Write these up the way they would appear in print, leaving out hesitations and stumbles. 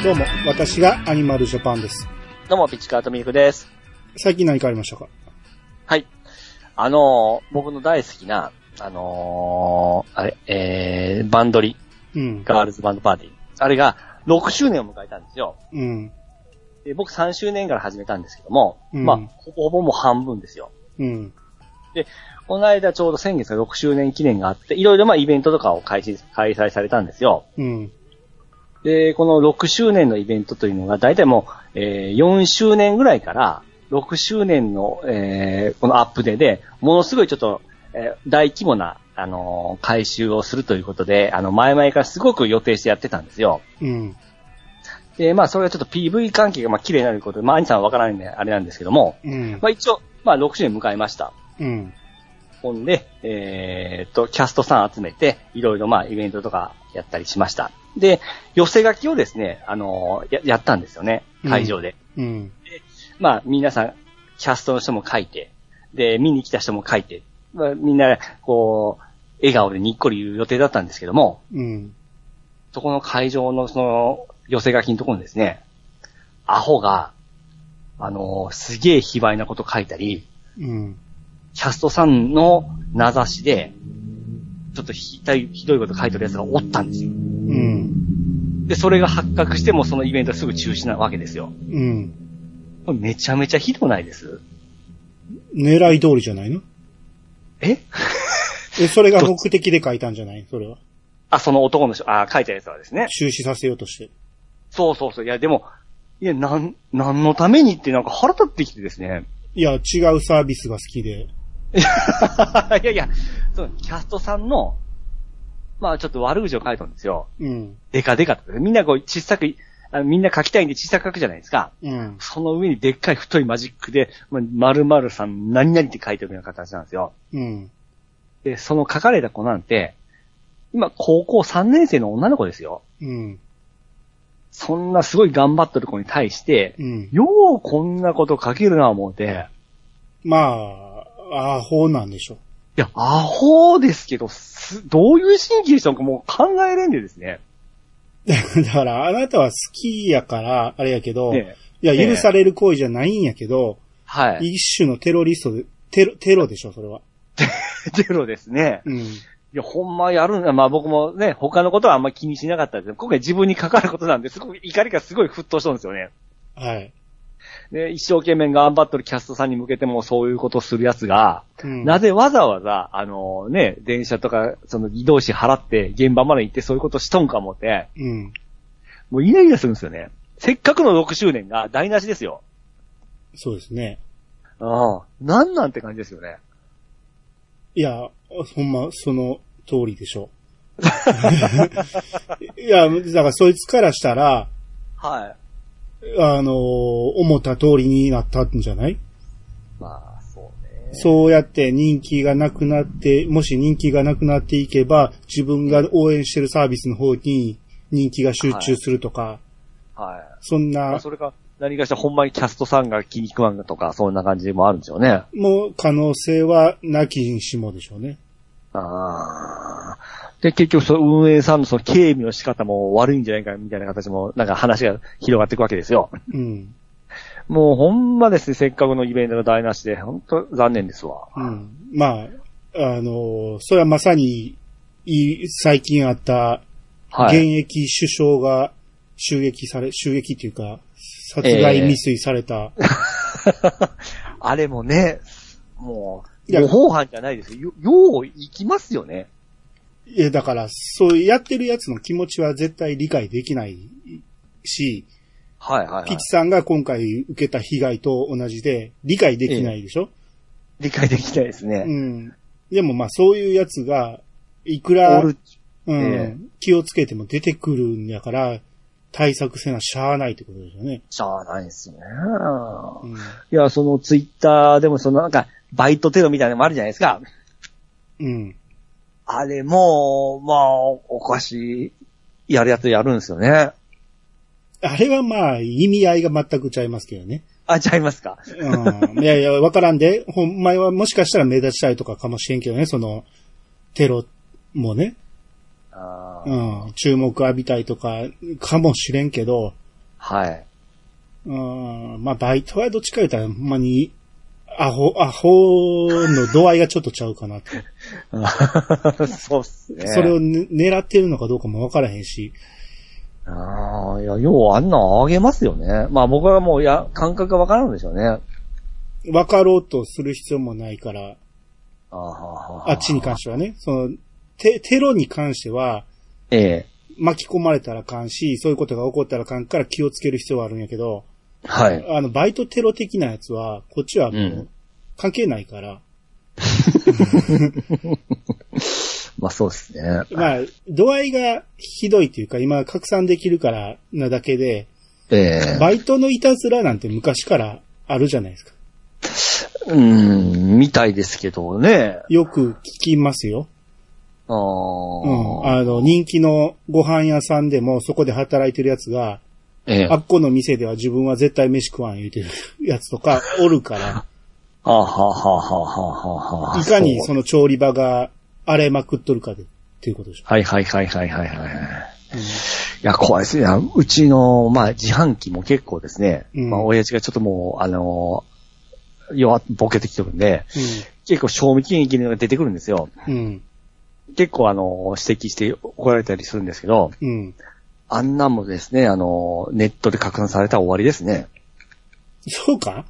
どうも、私がアニマルジャパンです。 どうも、ピッチカートミルクです。 最近何かありましたか？ はい。僕の大好きな、バンドリ、 うん、 ガールズバンドパーティー。あれが6周年を迎えたんですよ。 うん。 で僕3周年から始めたんですけども、 うん、 まあ、ほぼもう半分ですよ。 うん。 で、この間ちょうど先月が6周年記念があって、いろいろまあイベントとかを開催されたんですよ。 うん。 で、この6周年のイベントというのが、だいたいもう、4周年ぐらいから、6周年の、このアップデで、ものすごいちょっと、大規模な、改修をするということで、前々からすごく予定してやってたんですよ。 うん。 で、まあ、それがちょっと PV 関係が、まあ、綺麗になることで、まあ、兄さんはわからないんで、あれなんですけども、 うん。 まあ、一応、まあ、6周年迎えました。 うん。 ほんで、キャストさん集めて、いろいろまあ、イベントとかやったりしました。で、寄せ書きをですね、やったんですよね、会場で。 うん。 で、まあ、皆さん、キャストの人も書いて、で、見に来た人も書いて、まあ、みんな、こう、笑顔でにっこり言う予定だったんですけども、 うん。 そこの会場のその、寄せ書きのところにですね、アホが、すげえ卑猥なこと書いたり、 うん。 キャストさんの名指しで、ちょっとひどいこと書いてる奴がおったんですよ。 うん。 で、それが発覚してもそのイベントはすぐ中止なわけですよ。 うん。 これめちゃめちゃひどないです。 狙い通りじゃないの？ えそれが目的で書いたんじゃない？それは。 その男の人、書いたやつはですね。 中止させようとして。そうそう。いや、でも、何のためにってなんか腹立ってきてですね。 いや、違うサービスが好きで。 いや、そう、キャストさんの、まあちょっと悪口を書いたんですよ。 うん。 デカと。みんなこう小さく、みんな書きたいんで小さく書くじゃないですか。 うん。 その上にでっかい太いマジックで、〇〇さん何々って書いてるような形なんですよ。 うん。 で、その書かれた子なんて、今高校3年生の女の子ですよ。 うん。 そんなすごい頑張ってる子に対して、 うん。 ようこんなこと書けるな思って。 まあ、アホなんでしょ。 いや、アホですけど、どういう神経したのかもう考えれんでですね。 だから、あなたは好きやから、あれやけど、 ね、 いや、許される行為じゃないんやけど、 はい。 一種のテロリストで、テロでしょ、それは。 テロですね。 うん。 いや、ほんまやるんだ。まあ僕もね、他のことはあんまり気にしなかったですけど、今回自分にかかることなんで、すごく怒りがすごい沸騰したんですよね。 はい。 で、一生懸命頑張ってるキャストさんに向けてもそういうことをするやつが、 うん、 なぜわざわざ、電車とか、その移動費払って現場まで行ってそういうことしとんか思って、 うん。 もうイライラするんですよね。せっかくの6周年が台無しですよ。 そうですね。 なんて感じですよね。 いや、ほんま、その通りでしょ。いや、だからそいつからしたら、 はい。 思った通りになったんじゃない？ まあ、そうね。 そうやって人気がなくなって、もし人気がなくなっていけば、自分が応援してるサービスの方に人気が集中するとか、 はい。 そんな、 それか、何かしらほんまにキャストさんが気に食わんとか、そんな感じもあるんでしょうね。 もう可能性はなきにしもでしょうね。 で、結局、その運営さんのその警備の仕方も悪いんじゃないかみたいな形も、なんか話が広がっていくわけですよ。 うん。 もうほんまですね、せっかくのイベントが台無しで、ほんと残念ですわ。 うん。まあ、それはまさに、最近あった、現役首相が襲撃っていうか、殺害未遂された。 あれもね、もう、模倣犯じゃないですよ。よう行きますよね。 いや、だから、そうやってるやつの気持ちは絶対理解できないし、 はい。 ピチさんが今回受けた被害と同じで、理解できないでしょ？ 理解できないですね。 うん。でもまあそういうやつが、いくら、気をつけても出てくるんやから、対策せなしゃあないってことですよね。 しゃあないですね。うん、いや、そのツイッターでもそのなんか、バイトテロみたいなのもあるじゃないですか。 うん。 あれも、まあ、おかしい、やるやつやるんですよね。 あれはまあ、意味合いが全くちゃいますけどね。 ちゃいますか。 うん。いや、わからんで。ほんまはもしかしたら目立ちたいとかかもしれんけどね、その、テロもね。うん。注目浴びたいとか、かもしれんけど、 はい。 まあ、バイトはどっちか言ったら、ほんまに、アホの度合いがちょっとちゃうかなと。 そうっすね。 それを、狙ってるのかどうかもわからへんし。 ああ、いや、ようあんなんあげますよね。まあ僕はもう、感覚がわからんでしょうね。 わかろうとする必要もないから。 あっちに関してはね。テロに関しては、巻き込まれたらあかんし、そういうことが起こったらあかんから気をつける必要はあるんやけど、 はい。 バイトテロ的なやつは、こっちはもう、関係ないから。 まあそうですね。 まあ、度合いがひどいというか、今拡散できるからなだけで、バイトのいたずらなんて昔からあるじゃないですか。 みたいですけどね。 よく聞きますよ。人気のご飯屋さんでもそこで働いてるやつが、あっこの店では自分は絶対飯食わん言うてるやつとかおるから。いかにその調理場が荒れまくっとるかでっていうことでしょ。 はい。いや、怖いですね。うちの、まあ、自販機も結構ですね、まあ、親父がちょっともう、ボケてきてるんで、結構賞味期限切れが出てくるんですよ。結構指摘して怒られたりするんですけど、あんなんもですね、ネットで拡散されたら終わりですね。 そうか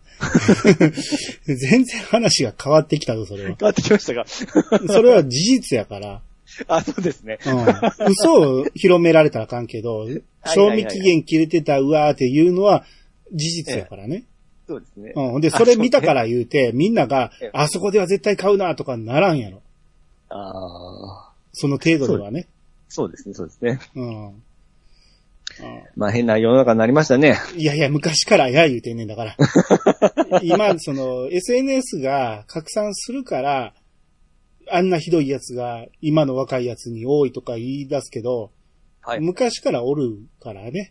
全然話が変わってきたぞ、それは。 変わってきましたかそれは事実やから。 そうですね。 嘘を広められたらあかんけど、賞味期限切れてたうわーっていうのは事実やからね。 そうですね。 で、それ見たから言うて、みんなが、あそこでは絶対買うなとかならんやろ。その程度ではね。 そうですね。まあ変な世の中になりましたね。 いや、昔から言うてんねんだから。今、SNS が拡散するから、あんなひどいやつが今の若いやつに多いとか言い出すけど、昔からおるからね。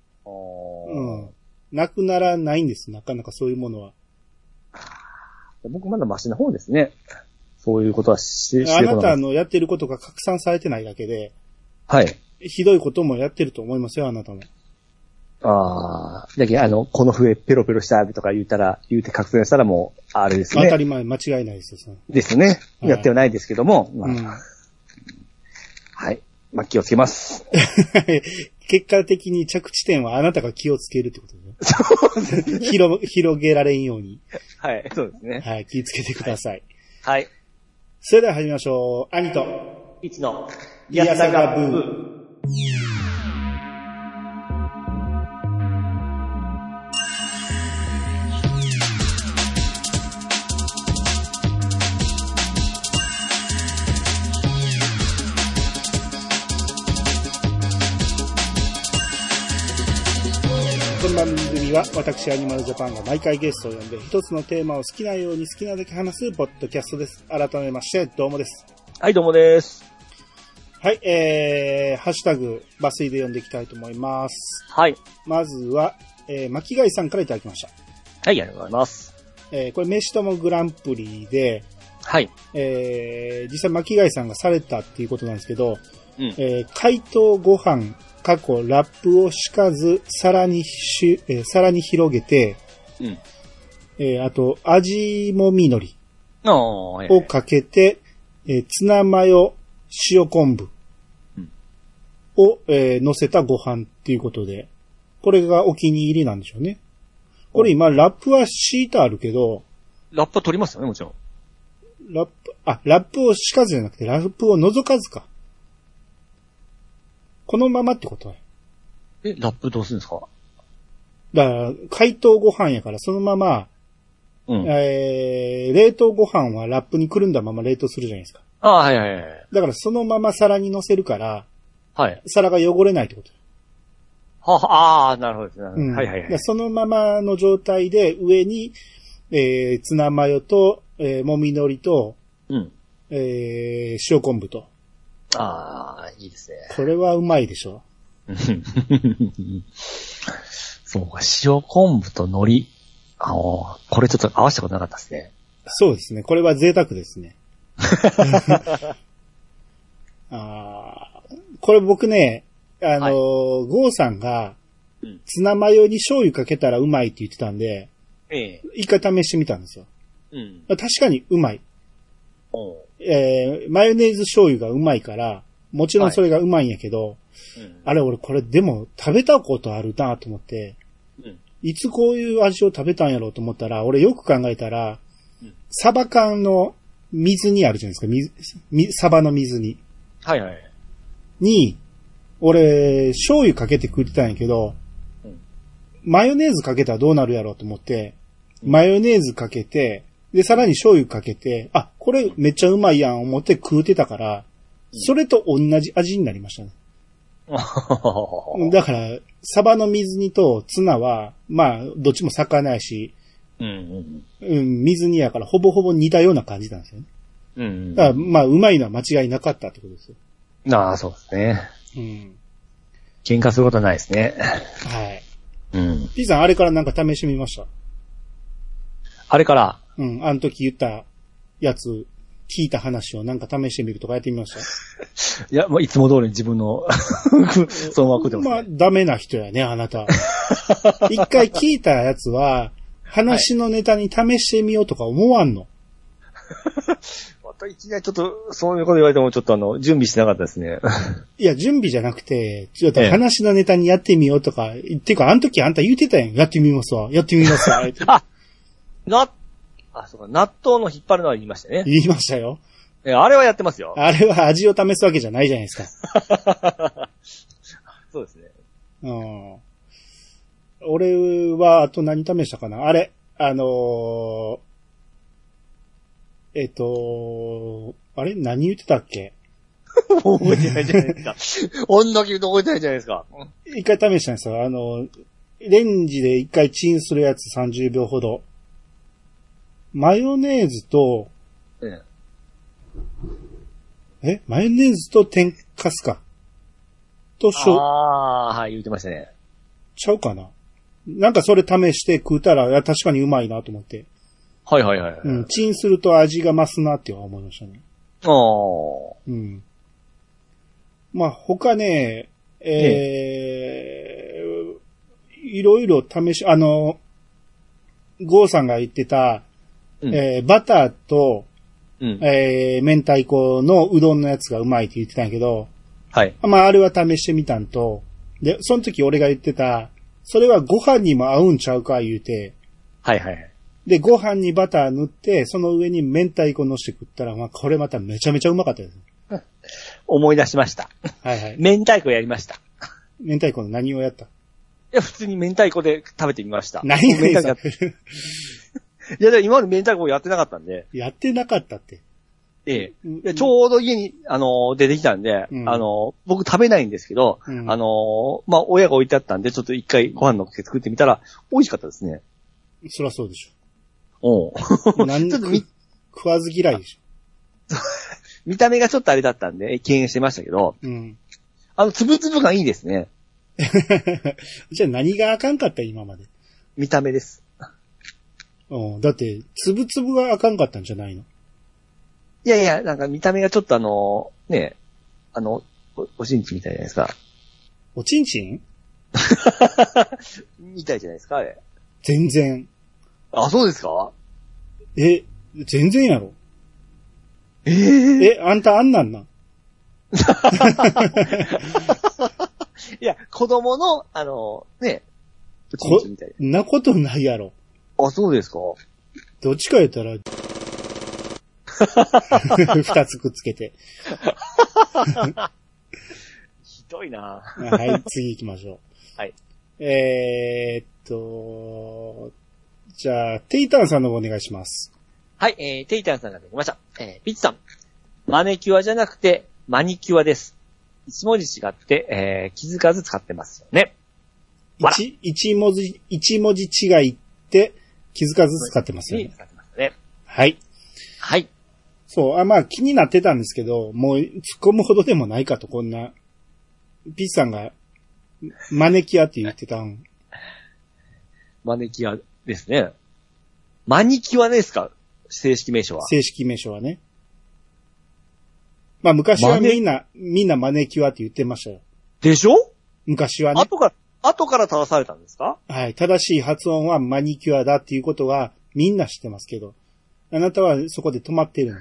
なくならないんです、なかなかそういうものは。 僕まだマシな方ですね。そういうことはあなたのやってることが拡散されてないだけで、ひどいこともやってると思いますよ、あなたも。 だけど、この笛ペロペロしたとか言って拡散したらもう、あれですね。 当たり前、間違いないですよ。 ですね。やってはないですけども。はい。まあ、気をつけます。 結果的に着地点はあなたが気をつけるってことね。 そうですね。 広げられんように。 はい、そうですね。 はい、気をつけてください。 はい。 それでは始めましょう。兄と、 いちの、 リアサガブー。この番組は私アニマルジャパンが毎回ゲストを呼んで一つのテーマを好きなように好きなだけ話すポッドキャストです。改めましてどうもです。 はい、どうもです。 はい、ハッシュタグ抜粋で読んでいきたいと思います。 はい。 まずは、巻貝さんからいただきました。 はい、ありがとうございます。 これ飯ともグランプリで、 はい。 実際巻貝さんがされたっていうことなんですけど、解凍ご飯過去ラップを敷かず皿に広げて、あと味もみ海苔をかけて、ツナマヨ塩昆布を、乗せたご飯っていうことで、これがお気に入りなんでしょうね。これ今ラップは敷いてあるけど、 ラップは取りますよね、もちろん。 ラップを敷かずじゃなくてラップを覗かずか。このままってことは。 ラップどうするんですか？ だから、解凍ご飯やからそのまま、冷凍ご飯はラップにくるんだまま冷凍するじゃないですか。 はい。 だからそのまま皿に乗せるから、 はい。 皿が汚れないってこと。 なるほどですね。はい。 そのままの状態で上に、ツナマヨと、もみ海苔と、塩昆布と。 いいですね。 これはうまいでしょ。 そうか、塩昆布と海苔。これちょっと合わせたことなかったですね。 そうですね。これは贅沢ですね。これ僕ね、ゴーさんが、 ツナマヨに醤油かけたらうまいって言ってたんで、一回試してみたんですよ。確かにうまい。マヨネーズ醤油がうまいから、もちろんそれがうまいんやけど、あれ俺これでも食べたことあるなと思って、いつこういう味を食べたんやろうと思ったら、俺よく考えたら、サバ缶の水煮あるじゃないですか、サバの水煮。 はいはい。 に、俺、醤油かけて食ってたんやけど、マヨネーズかけたらどうなるやろうと思って、マヨネーズかけて、で、さらに醤油かけて、あ、これめっちゃうまいやん思って食うてたから、それと同じ味になりましたね。だから、サバの水煮とツナは、まあ、どっちも魚やし、水煮やからほぼほぼ似たような感じなんですよね。だから、まあ、うまいのは間違いなかったってことですよ。 ああ、そうですね。喧嘩することはないですね。 はい。P さん、あれからなんか試してみました？ あれから？ あの時言ったやつ、聞いた話をなんか試してみるとかやってみました？ いや、もういつも通り自分のそのまま食ってます、ね。 まあ、ダメな人やね、あなた。一回聞いたやつは、話のネタに試してみようとか思わんの。 またいきなりちょっと、そういうこと言われてもちょっと準備してなかったですね。いや、準備じゃなくて、ちょっと話のネタにやってみようとか、っていうか、あの時あんた言うてたやん。やってみますわ。やってみますわ。 そうか、納豆の引っ張るのは言いましたね。 言いましたよ。 あれはやってますよ。 あれは味を試すわけじゃないじゃないですか。 そうですね。 俺は、あと何試したかなあれ、あれ何言ってたっけ覚えてないじゃないですか。女だけ言うと覚えてないじゃないですか。 一回試したんですよ。レンジで一回チンするやつ30秒ほど。マヨネーズと、マヨネーズと天かすか。とはい、言ってましたね。 ちゃうかな。なんかそれ試して食うたら、いや、確かにうまいなと思って。 はいはいはい。 チンすると味が増すなって思いましたね。まあ、他ね、いろいろ試し、ゴーさんが言ってた、バターと、明太子のうどんのやつがうまいって言ってたんやけど、 はい。 まあ、あれは試してみたんと、で、その時俺が言ってた、それはご飯にも合うんちゃうか言うて、 はいはい。 で、ご飯にバター塗って、その上に明太子乗せて食ったら、まあ、これまためちゃめちゃうまかったです。 思い出しました。はいはい。明太子やりました。 明太子の何をやった？いや、普通に明太子で食べてみました。 何をやった？いや、でも今まで明太子やってなかったんで。 やってなかったって。 ちょうど家に、出てきたんで、僕食べないんですけど、まあ、親が置いてあったんで、ちょっと一回ご飯のっけ作ってみたら、美味しかったですね。 そりゃそうでしょ。ちょっと食わず嫌いでしょ。 見た目がちょっとあれだったんで、敬遠してましたけど、つぶつぶ感いいですね。 じゃあ何があかんかった今まで。 見た目です。 だって、つぶつぶがあかんかったんじゃないの？ いやいや、なんか見た目がちょっとおちんちんみたいじゃないですか。 おちんちんみたいじゃないですか、あれ。 全然。 あ、そうですか？ 全然やろ。あんたあんなんな。 いや、子供の、おちんちんみたいなことないやろ。 あ、そうですか？ どっちか言ったら、二つくっつけて。 ひどいな。 はい、次行きましょう。 はい。 じゃあ、テイタンさんの方お願いします。 はい、テイタンさんができました。ピッチさん。マネキュアじゃなくて、マニキュアです。一文字違って、気づかず使ってますよね。 一文字違いって気づかず使ってますよね。 使ってますね。 はい。 はい。 そう、まあ気になってたんですけど、もう突っ込むほどでもないかと、こんな。ピッチさんが、マネキュアって言ってたん。 マネキュアですね。マニキュアですか？正式名称は。 正式名称はね。まあ昔はみんなマネキュアって言ってましたよ。 でしょ？ 昔はね。 後から正されたんですか？ はい。正しい発音はマニキュアだっていうことはみんな知ってますけど、あなたはそこで止まってるんです。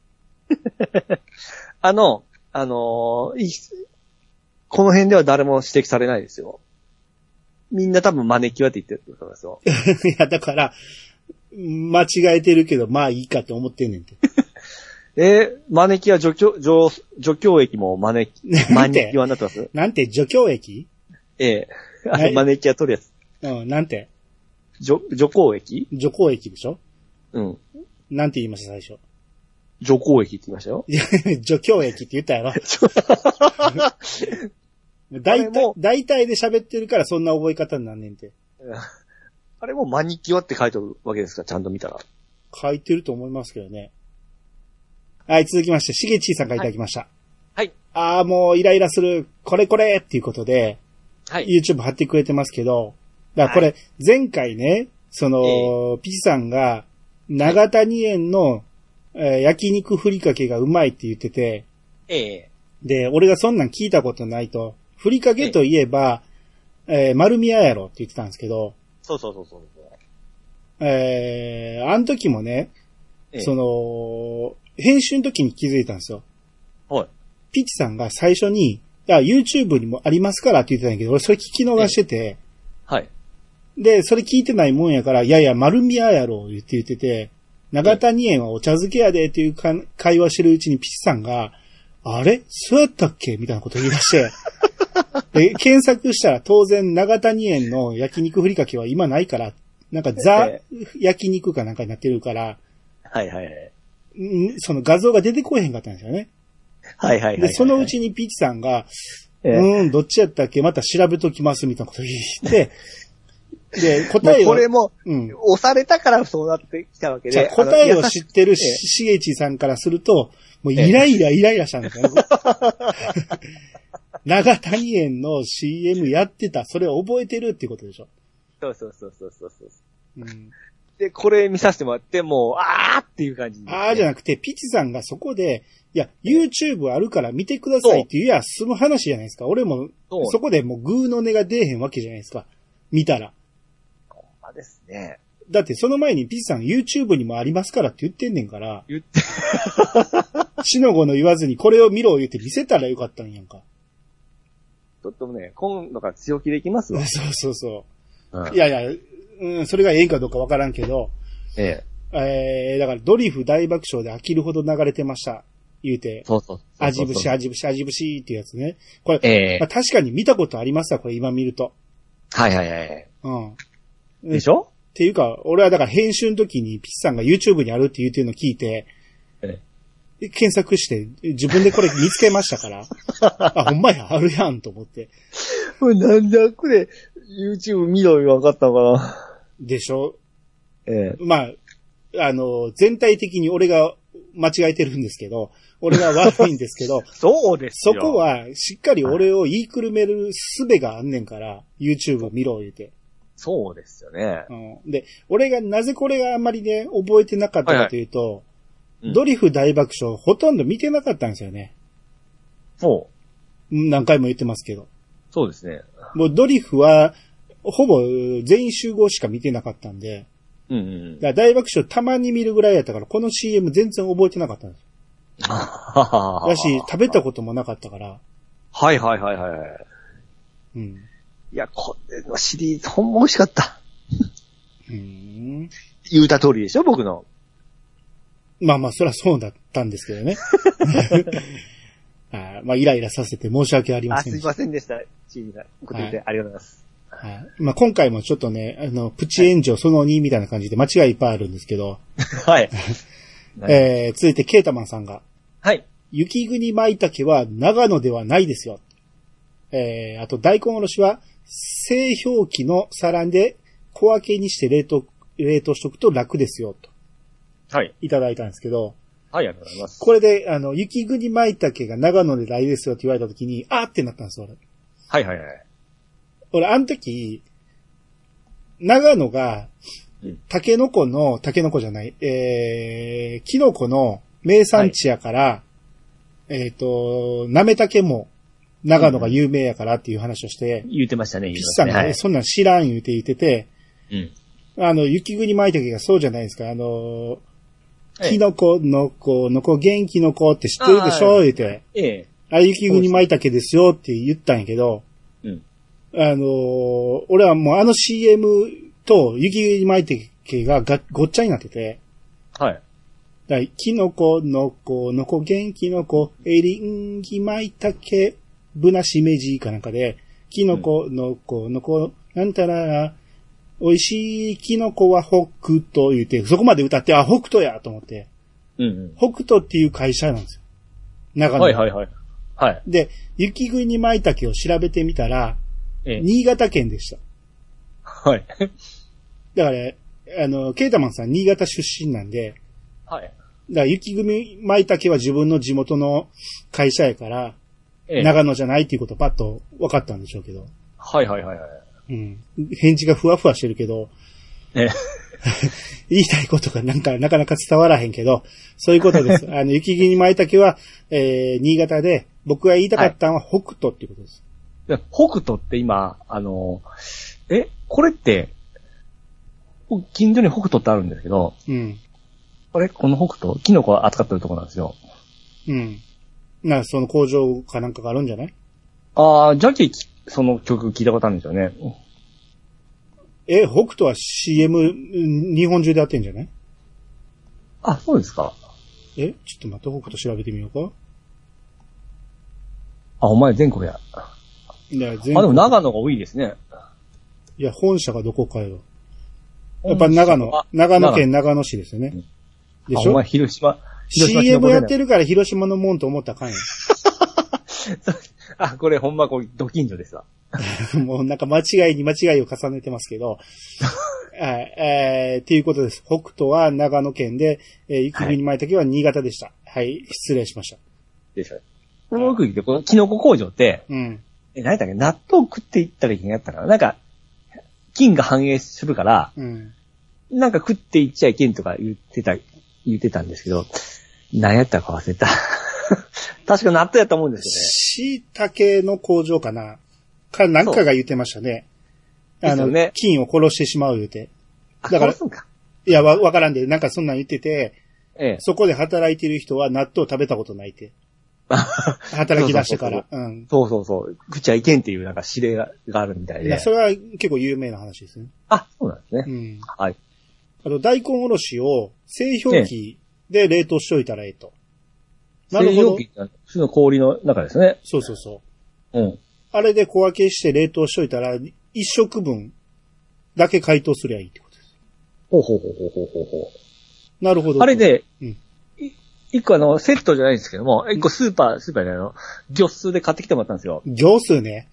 この辺では誰も指摘されないですよ。みんな多分マネキュアって言ってるってことですよ。 いや、だから、間違えてるけど、まあいいかって思ってんねんて。 マネキュア除去液もマニキュアになってます？ なんて除去液？ マネキュア取るやつ。 うん、なんて除光液？ 除光液でしょ？ うん。 なんて言いました、最初。 除光液って言いましたよ。 除去液って言ったやろ。大体で喋ってるからそんな覚え方になんねんて。 あれもマニキュアって書いてるわけですか、ちゃんと見たら。 書いてると思いますけどね。はい、続きまして、しげちーさんからいただきました。 はい。 もうイライラする、これっていうことで、 はい。 YouTube 貼ってくれてますけど、だからこれ、前回ね、ピチさんが、長谷園の、焼肉ふりかけがうまいって言ってて、で、俺がそんなん聞いたことないと、ふりかけといえば、丸宮やろって言ってたんですけど、 そう。 あの時もね、編集の時に気づいたんですよ。 はい。 ピッチさんが最初に、YouTube にもありますからって言ってたんやけど、俺それ聞き逃してて、 はい。 で、それ聞いてないもんやから、いや、丸宮やろ言ってて、長谷園はお茶漬けやでっていう会話してるうちにピッチさんが、あれそうやったっけみたいなこと言い出して、で、検索したら当然長谷園の焼肉ふりかけは今ないから、なんか焼肉かなんかになってるから、 はい。 その画像が出てこへんかったんですよね。はい。で、そのうちにピッチさんが、どっちやったっけまた調べときますみたいなこと言って、で、答えを。 これも、押されたからそうなってきたわけで。 答えを知ってるしげちさんからすると、もうイライラしたんですよね。長谷園の CM やってた。それを覚えてるっていうことでしょ。 そう。で、これ見させてもらって、もう、っていう感じ、ね。 じゃなくて、ピチさんがそこで、いや、YouTube あるから見てくださいって言うや、済む話じゃないですか。俺も、そこでもうグーの音が出えへんわけじゃないですか。見たら。 ですね。 だってその前にピチさん YouTube にもありますからって言ってんねんから。しのごの言わずにこれを見ろ言って見せたらよかったんやんか。 ちょっとね、今度から強気でいきますわ。 そう。いや、それがええんかどうかわからんけど。だからドリフ大爆笑で飽きるほど流れてました。言うて。 そう。 味節っていうやつね。これ、確かに見たことありますわ、これ今見ると。 はい。でしょっていうか、俺はだから編集の時にピッチさんが YouTube にあるって言ってるのを聞いて、検索して自分でこれ見つけましたから、ほんまや、あるやんと思って。 なんだこれ、YouTube 見ろよ、分かったのかな。 でしょ？まあ、全体的に俺が間違えてるんですけど、俺が悪いんですけど、 そうですよ。 そこはしっかり俺を言いくるめる術があんねんから、YouTube 見ろ言うて。 そうですよね。 で、俺がなぜこれがあんまりね、覚えてなかったかというと、ドリフ大爆笑ほとんど見てなかったんですよね。何回も言ってますけど。 そうですね。 もうドリフは、ほぼ全員集合しか見てなかったんで、だから大爆笑たまに見るぐらいやったから、この CM 全然覚えてなかったんですよ。だし、食べたこともなかったから。 はい。いや、これのシリーズほんま美味しかった。言うた通りでしょ、僕の。 まあ、そりゃそうだったんですけどね。イライラさせて申し訳ありませんでした。すいませんでした。チームさん、送ってくれてありがとうございます。 今回もちょっとね、プチ炎上その2みたいな感じで間違いいっぱいあるんですけど。 はい。 続いてケータマンさんが。 はい。 雪国舞茸は長野ではないですよ。あと大根おろしは製氷機の皿で小分けにして冷凍しとくと楽ですよ、と。 はい。 いただいたんですけど。 はい、ありがとうございます。 これで、雪国舞茸が長野でないですよって言われたときに、ってなったんですよ、俺。 はい。 俺、あの時、長野が、タケノコじゃない、キノコの名産地やから、なめたけも長野が有名やからっていう話をして、 言ってましたね、 ピッさんが、そんなん知らん言ってて、雪国舞茸がそうじゃないですか、キノコの子、元気の子って知ってるでしょ言って、雪国舞茸ですよって言ったんやけど、俺はもうCM と雪国舞茸がごっちゃになってて、キノコの子、元気の子、エリンギ舞茸、ブナシメジかなんかで、キノコの子、なんたらら、美味しいキノコは北斗言って、そこまで歌って、あ、北斗やと思って。北斗っていう会社なんですよ。長野。で、雪国舞茸を調べてみたら、新潟県でした。だから、ケータマンさん新潟出身なんで、だから雪国舞茸は自分の地元の会社やから、長野じゃないっていうことパッと分かったんでしょうけど。返事がふわふわしてるけど、言いたいことがなかなか伝わらへんけど、そういうことです。雪国舞茸は、新潟で、僕が言いたかったのは北斗っていうことです。 北斗って今、これって、近所に北斗ってあるんですけど、この北斗、キノコ扱ってるところなんですよ。その工場かなんかがあるんじゃない？じゃけその曲聞いたことあるんですよね。北斗は CM 日本中でやってんじゃない？そうですか。ちょっと待って、北斗調べてみようか。お前全国や。でも長野が多いですね。いや、本社がどこかよ。やっぱ長野県長野市ですよね。でしょ？お前広島 CM やってるから広島のもんと思ったらあかんよ。これほんまド近所ですわ。もうなんか間違いに間違いを重ねてますけど。っていうことです。北斗は長野県で、雪国舞茸は新潟でした。失礼しました。でしょ。この奥行って、このキノコ工場って、何やったっけ、納豆食っていったらいけんやったから、なんか、菌が反映するから、なんか食っていっちゃいけんとか言ってたんですけど、何やったか忘れた。確か納豆やったと思うんですよね。椎茸の工場かななんかが言ってましたね。菌を殺してしまう言うて。だから、いや、わからんで、なんかそんなん言ってて、そこで働いてる人は納豆食べたことないって。働き出してから。そう。食っちゃいけんっていうなんか指令があるみたいで。それは結構有名な話ですね。そうなんですね。あと、大根おろしを製氷機で冷凍しといたらええと。なるほど。製氷機ってその氷の中ですね。そう。あれで小分けして冷凍しといたら、一食分だけ解凍すりゃいいってことです。ほう。なるほど。あれで、一個セットじゃないんですけども、一個スーパーで業数で買ってきてもらったんですよ。業数ね。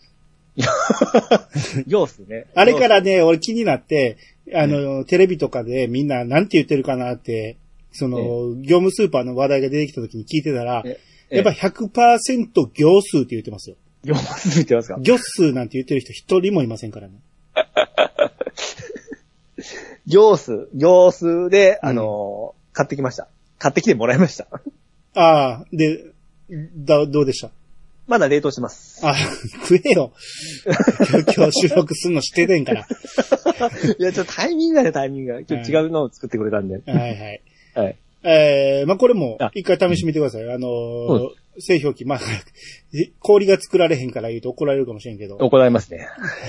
業数ね。あれからね、俺気になって、テレビとかでみんななんて言ってるかなって、業務スーパーの話題が出てきた時に聞いてたら、やっぱ 100% 業数って言ってますよ。業数って言ってますか？業数なんて言ってる人一人もいませんからね。業数で、買ってきました。買ってきてもらいました。で、どうでした？まだ冷凍してます。食えよ。今日収録するの知っててんから。いや、ちょっとタイミングが。今日違うのを作ってくれたんで。これも、一回試してみてください。製氷機、氷が作られへんから言うと怒られるかもしれんけど。怒られますね。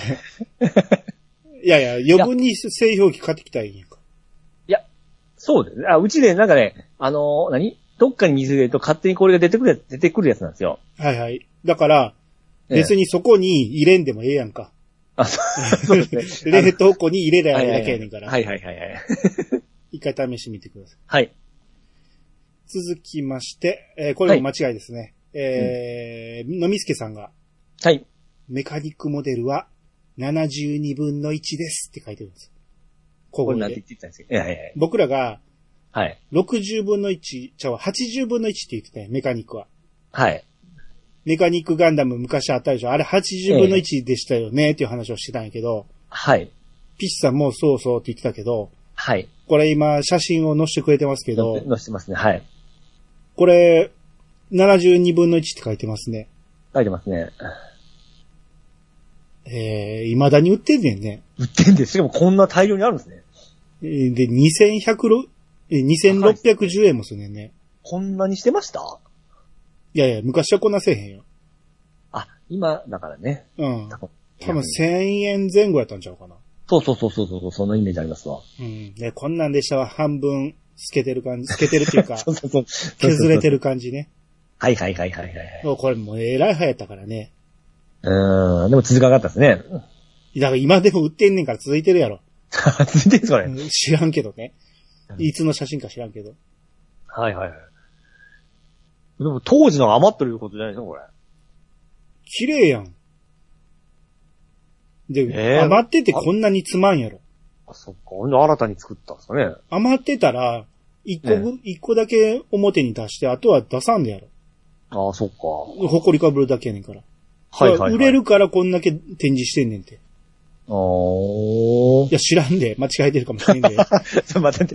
いや、余分に製氷機買ってきたらいいんやんか。いや、そうですね。うちでなんかね、どっかに水入れると勝手に氷が出てくるやつなんですよ。だから、別にそこに入れんでもええやんか。そうですね。冷凍庫に入れりゃいいだけやねんから。一回試してみてください。続きまして、これも間違いですね。のみすけさんが。メカニックモデルは72分の1ですって書いてるんです。これなんて言ってたんですか？僕らが、60分の1、80分の1って言ってたよ、メカニックは。メカニックガンダム昔あったでしょ？あれ80分の1でしたよねっていう話をしてたんやけど。ピッチさんもそうって言ってたけど。これ今写真を載せてくれてますけど。載せてますね。これ、72分の1って書いてますね。 書いてますね。 未だに売ってんねんね。 売ってんです。しかもこんな大量にあるんですね。 で、2610円もするねんね。 こんなにしてました？ いやいや、昔はこんなせえへんよ。 あ、今、だからね。 うん。多分1000円前後やったんちゃうかな。 そう、そのイメージありますわ。 うん。で、こんなんでしたわ、半分透けてる感じ、透けてるっていうか、 そう削れてる感じね。 はい。これもうえらい流行ったからね。 でも続かなかったですね。 だから今でも売ってんねんから続いてるやろ。 続いてるんですかね。 知らんけどね。いつの写真か知らんけど。 はい。でも当時の余ってるいうことじゃないですか、これ。 綺麗やん。で、余っててこんなにつまんやろ。 あ、そっか。新たに作ったんですかね。 余ってたら、一個だけ表に出して、あとは出さんでやろ。 ああ、そっか。 ほこりかぶるだけやねんから。 はい。 売れるからこんだけ展示してんねんて。いや、知らんで。間違えてるかもしれんで。 待って。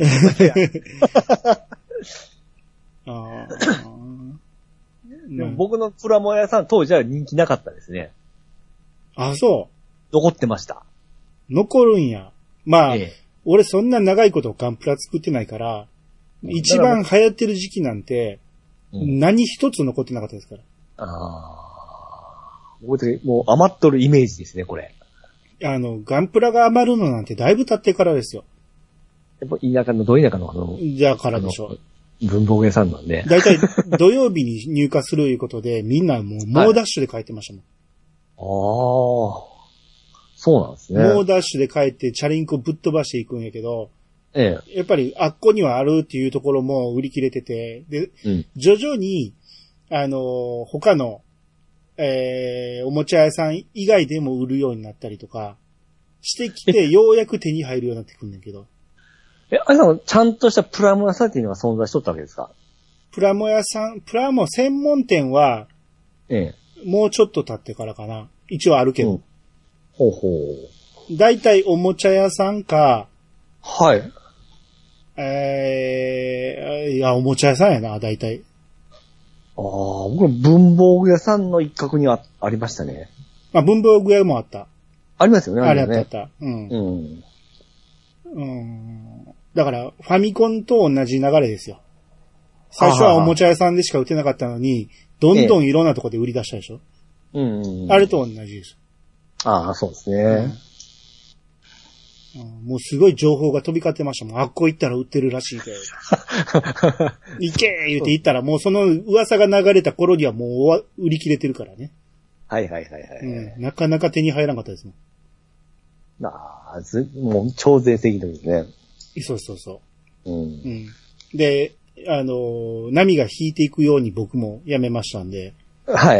でも僕のプラモ屋さん当時は人気なかったですね。 あ、そう。 残ってました。 残るんや。まあ、俺そんな長いことガンプラ作ってないから、一番流行ってる時期なんて、何一つ残ってなかったですから。 もう余っとるイメージですね、これ。 ガンプラが余るのなんてだいぶ経ってからですよ。 やっぱど田舎のだからでしょ。 文房具屋さんなんで。 だいたい土曜日に入荷するいうことで、みんなもう猛ダッシュで帰ってましたもん。 そうなんですね。 猛ダッシュで帰ってチャリンコぶっ飛ばしていくんやけど、 やっぱりあっこにはあるっていうところも売り切れてて、で、徐々に、他の、おもちゃ屋さん以外でも売るようになったりとかしてきて、ようやく手に入るようになってくるんだけど。 あれさん、ちゃんとしたプラモ屋さんっていうのが存在しとったわけですか？ プラモ専門店は、もうちょっと経ってからかな。一応あるけど。だいたいおもちゃ屋さんか、 はい。 いや、おもちゃ屋さんやな、だいたい。 僕は文房具屋さんの一角にありましたね。 まあ、文房具屋もあった。 ありますよね、 あった。だから、ファミコンと同じ流れですよ。最初はおもちゃ屋さんでしか売ってなかったのに、どんどんいろんなところで売り出したでしょ。あれと同じです。 そうですね。 もうすごい情報が飛び交ってましたもん。あっこ行ったら売ってるらしいで。行けー言って行ったら、もうその噂が流れた頃にはもう売り切れてるからね。 はい。 なかなか手に入らなかったですもん。 もう超税制ですね。 そう。で、波が引いていくように僕もやめましたんで。 はい。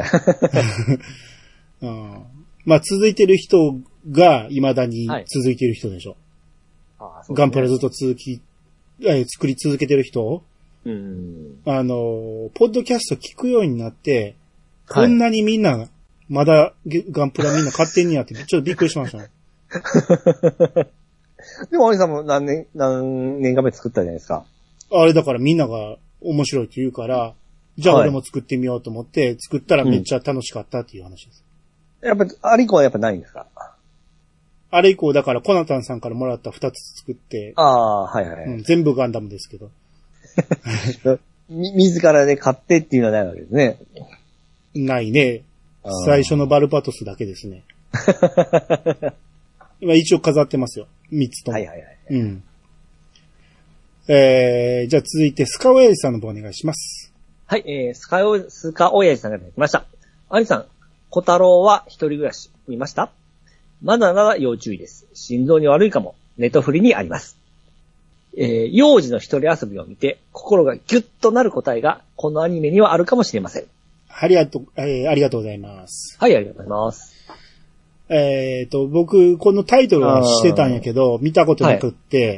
まあ続いてる人が未だに続いてる人でしょ。ガンプラずっと作り続けてる人、ポッドキャスト聞くようになって、こんなにみんな、まだガンプラみんな買ってんねやって、ちょっとびっくりしましたね。 でも、アリさんも何年か前作ったじゃないですか。 あれだからみんなが面白いって言うから、じゃあ俺も作ってみようと思って、作ったらめっちゃ楽しかったっていう話です。 やっぱ、あれ以降はやっぱないんですか？ あれ以降だからコナタンさんからもらった2つ作って、全部ガンダムですけど。 自らね、買ってっていうのはないわけですね。 ないね。最初のバルバトスだけですね。今一応飾ってますよ。3つとも。じゃあ続いてスカオヤジさんの方お願いします。 はい、スカオヤジさんがいただきました。アリさん、小太郎は一人暮らし見ました？まだまだ要注意です。心臓に悪いかも。ネトフリにあります。幼児の一人遊びを見て、心がギュッとなる答えが、このアニメにはあるかもしれません。 ありがとうございます。 はい、ありがとうございます。 僕、このタイトルはしてたんやけど、見たことなくって、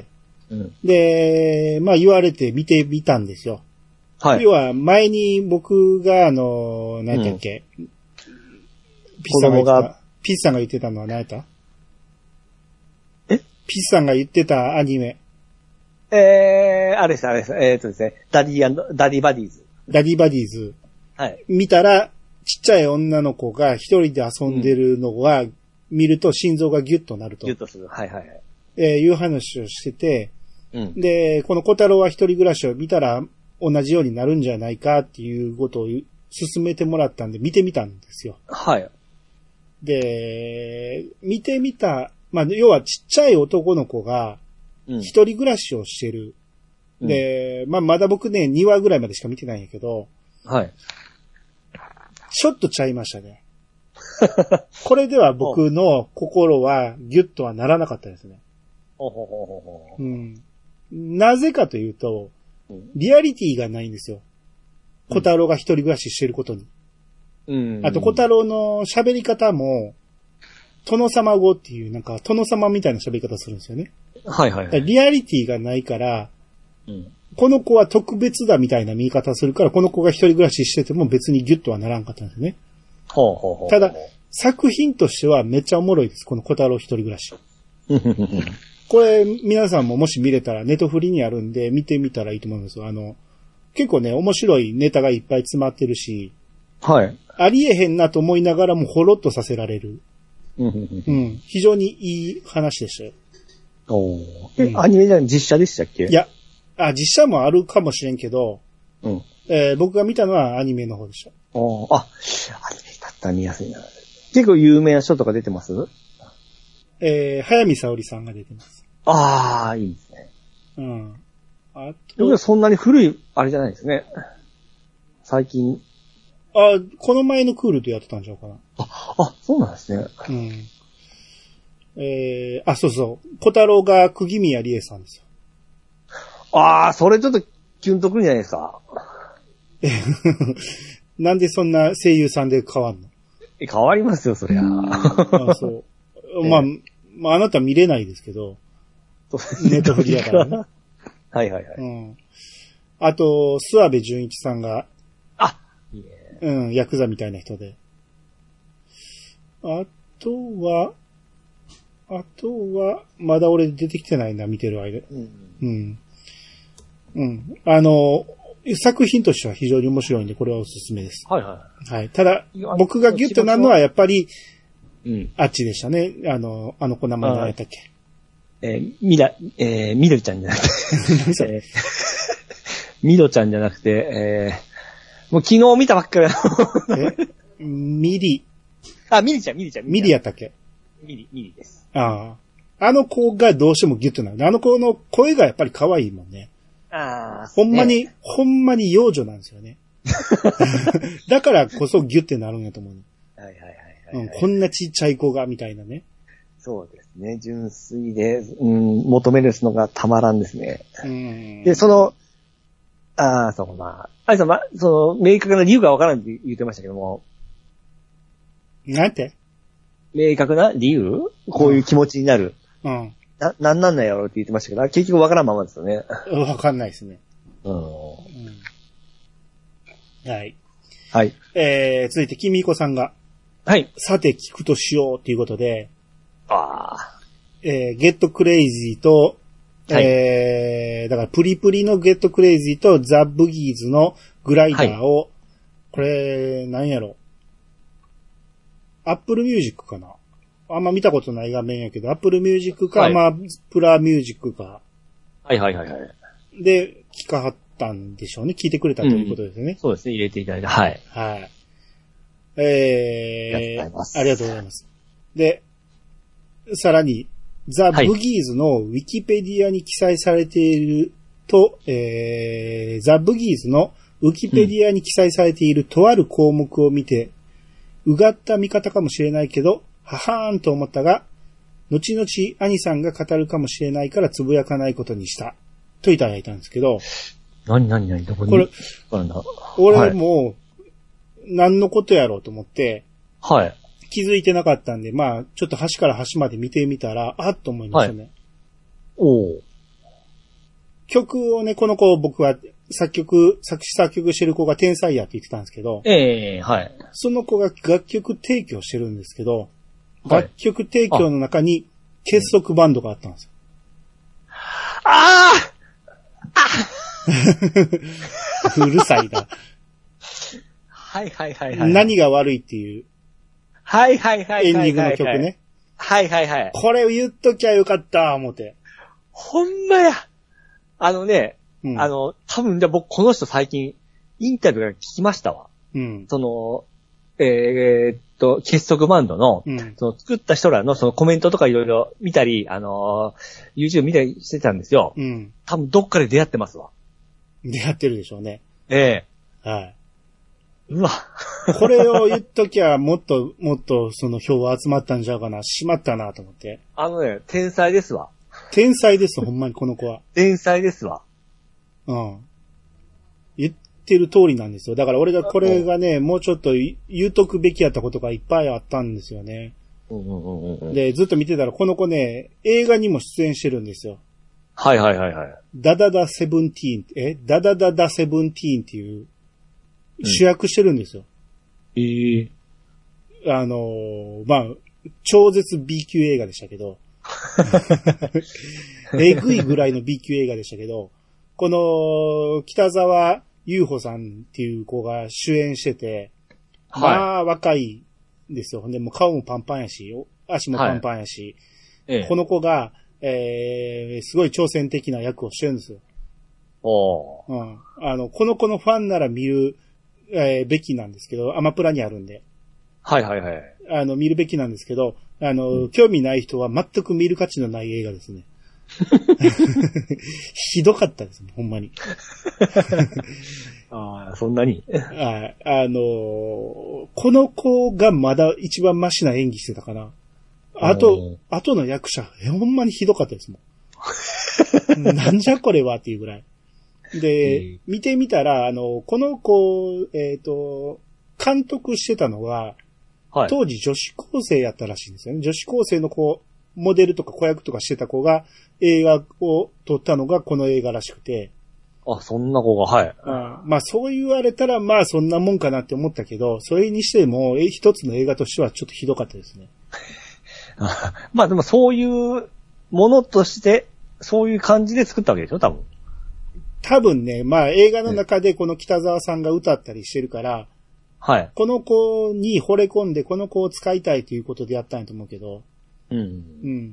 で、まあ言われて見てみたんですよ。はい。要は、前に僕が何だっけ、ピッさんが言ってたのは何やった？ピッさんが言ってたアニメ。 あれです。ですね。ダディバディーズ。 ダディバディーズ。 はい。 見たら、 ちっちゃい女の子が一人で遊んでるのが、見ると心臓がギュッとなると。 ギュッとする。はいはいはい。 いう話をしてて、で、この小太郎は一人暮らしを見たら同じようになるんじゃないかっていうことを勧めてもらったんで見てみたんですよ。 はい。 で、見てみた、まあ、要はちっちゃい男の子が一人暮らしをしてる。で、まあ、まだ僕ね、2話ぐらいまでしか見てないんやけど、 はい。 ちょっとちゃいましたね。これでは僕の心はギュッとはならなかったですね。うん。なぜかというと、リアリティがないんですよ。小太郎が一人暮らししてることに。あと小太郎の喋り方も、殿様語っていうなんか殿様みたいな喋り方するんですよね。 はいはい、はい。 リアリティがないから、この子は特別だみたいな見方するから、この子が一人暮らししてても別にギュッとはならんかったんですよね。ただ、作品としてはめっちゃおもろいです。この小太郎一人暮らし。これ、皆さんももし見れたらネットフリにあるんで見てみたらいいと思うんですよ。結構ね、面白いネタがいっぱい詰まってるし、 はい。 ありえへんなと思いながらもほろっとさせられる。非常にいい話でしたよ。 アニメじゃ実写でしたっけ？ いや、実写もあるかもしれんけど、僕が見たのはアニメの方でした。 アニメだったら見やすいな。結構有名な人とか出てます？ 早見沙織さんが出てます。 いいですね。 あと。 でもそんなに古い、あれじゃないですね。最近。 この前のクールでやってたんちゃうかな。 そうなんですね。 そうそう。小太郎が釘宮理恵さんですよ。 それちょっとキュンとくるんじゃないですか。 なんでそんな声優さんで変わんの？ 変わりますよ、そりゃ。 そう。まあ、あなた見れないですけど。ネットフリやからね。 はいはいはい。 あと、諏訪部純一さんが。 いいね。 ヤクザみたいな人で。あとは、まだ俺出てきてないな、見てる間。作品としては非常に面白いんで、これはおすすめです。 はいはい。 はい。ただ、僕がギュッとなるのはやっぱり、あっちでしたね。あの子名前何やったっけ？ ミルちゃんじゃなくて、ミロちゃんじゃなくて、もう昨日見たばっかりミリ。 ミリちゃん。 ミリやったっけ？ ミリです。 あの子がどうしてもギュッとなる。あの子の声がやっぱり可愛いもんね。ほんまに幼女なんですよね。だからこそギュッてなるんやと思う。こんなちっちゃい子が、みたいなね。 そうですね。純粋で、求めるのがたまらんですね。で、そうな。あいさん、明確な理由がわからんって言ってましたけども。 なんて？ 明確な理由？こういう気持ちになる。なんなんやろうって言ってましたけど、結局わからんままですよね。 わかんないですね。はい。 はい。 続いて、きみこさんが。 はい。 さて、聞くとしようっていうことで。ゲットクレイジーと、だから、プリプリのゲットクレイジーとザ・ブギーズのグライダーを、これ、なんやろ。アップルミュージックかな。あんま見たことない画面やけど、アップルミュージックか、プラミュージックか。で、聞かはったんでしょうね。聞いてくれたということですね。 そうですね。入れていただいて。はい。 はい。ありがとうございます。で、さらに、ザ・ブギーズのウィキペディアに記載されていると、ザ・ブギーズのウィキペディアに記載されているとある項目を見て、うがった見方かもしれないけど、ははーんと思ったが、後々兄さんが語るかもしれないからつぶやかないことにした。といただいたんですけど。 どこにこれ、俺も、何のことやろうと思って、気づいてなかったんで、まあ、ちょっと端から端まで見てみたら、と思いましたね。曲をね、この子僕は作詞作曲してる子が天才やって言ってたんですけど、その子が楽曲提供してるんですけど、楽曲提供の中に結束バンドがあったんですよ。 うるさいな。 はいはいはいはい。 何が悪いっていう。 はいはいはい。 エンディングの曲ね。 はいはいはい。 これを言っときゃよかった、思って。 ほんまや。 うん、 多分じゃ僕この人最近、インタビュー聞きましたわ。 うん。 結束バンドの、 うん、 その作った人らのそのコメントとかいろいろ見たり、YouTube 見たりしてたんですよ。 うん。 多分どっかで出会ってますわ。 出会ってるでしょうね。 ええ。 はい。 うわ。 これを言っときゃもっとその票集まったんじゃうかな。しまったなと思って。 天才ですわ。 天才です、ほんまにこの子は。 天才ですわ。 うん。言ってる通りなんですよ。だから俺がこれがね、もうちょっと言うとくべきやったことがいっぱいあったんですよね。で、ずっと見てたらこの子ね、映画にも出演してるんですよ。 はいはいはいはい。 ダダダセブンティーン、ダダダダセブンティーンっていう主役してるんですよ。まあ、超絶 B 級映画でしたけど、えぐいぐらいの B 級映画でしたけど、この北沢優穂さんっていう子が主演してて、はい、まあ若いんですよ。でも顔もパンパンやし、足もパンパンやし、はい、この子が、すごい挑戦的な役をしてるんですよ。うん。この子のファンなら見る、べきなんですけど、アマプラにあるんで。 はいはいはい。 見るべきなんですけど、興味ない人は全く見る価値のない映画ですね。ひどかったです、ほんまに。 ああ、そんなに。 この子がまだ一番マシな演技してたかな。あとの役者、ほんまにひどかったですもん。なんじゃこれはっていうぐらい。で、見てみたら、この子、監督してたのが、はい、当時女子高生やったらしいんですよね。女子高生の子、モデルとか子役とかしてた子が映画を撮ったのがこの映画らしくて。 あ、そんな子が、はい。 まあそう言われたらまあそんなもんかなって思ったけど、それにしても一つの映画としてはちょっとひどかったですね。 まあでもそういうものとして、そういう感じで作ったわけでしょ、多分。 多分ね、まあ映画の中でこの北沢さんが歌ったりしてるから、 はい。 この子に惚れ込んでこの子を使いたいということでやったんやと思うけど、うん。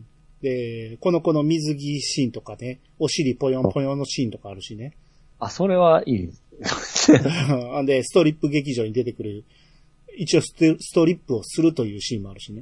で、この子の水着シーンとかね、お尻ぽよんぽよんのシーンとかあるしね。 あ、それはいい。 で、ストリップ劇場に出てくる、一応ストリップをするというシーンもあるしね。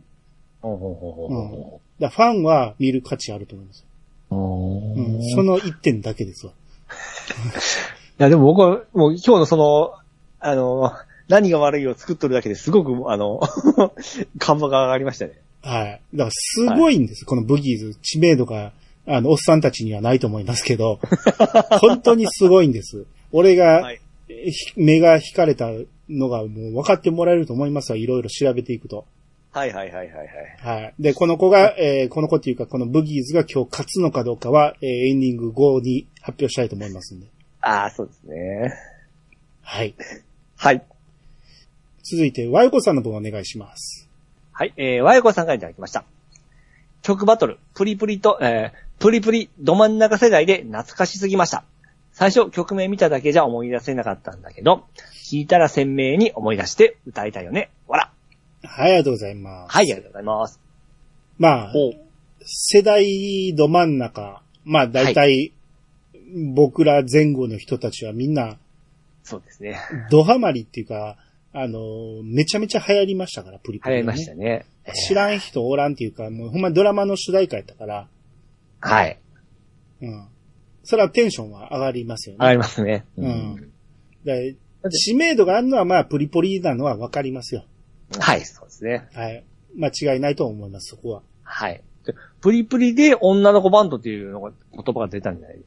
だファンは見る価値あると思います。その一点だけですわ。 いや、でも僕は、もう今日のその、何が悪いを作っとるだけですごく、看板が上がりましたね。 はい。だからすごいんです、はい、このブギーズ。知名度が、おっさんたちにはないと思いますけど、本当にすごいんです。俺が、はい、目が引かれたのがもう分かってもらえると思いますわ。いろいろ調べていくと。 はい。 はい。で、この子が、この子っていうか、このブギーズが今日勝つのかどうかは、エンディング後に発表したいと思いますんで。 ああ、そうですね。 はい。 はい。 続いて、ワイコさんの分お願いします。 はい、ワイコさんからいただきました。曲バトル、プリプリど真ん中世代で懐かしすぎました。最初曲名見ただけじゃ思い出せなかったんだけど、聴いたら鮮明に思い出して歌いたいよね。わら。 はい、ありがとうございます。 はい、ありがとうございます。 まあ、世代ど真ん中、まあ大体、僕ら前後の人たちはみんな、 そうですね。 ドハマりっていうか、めちゃめちゃ流行りましたから、プリプリ、 ね。流行りましたね。 知らん人おらんっていうか、もうほんまドラマの主題歌やったから。 はい。 うん。それはテンションは上がりますよね。 上がりますね。 うん。知名度があるのはまあプリプリなのはわかりますよ。 はい、そうですね。 はい。間違いないと思います、そこは。 はい。プリプリで女の子バンドっていうのが言葉が出たんじゃないです？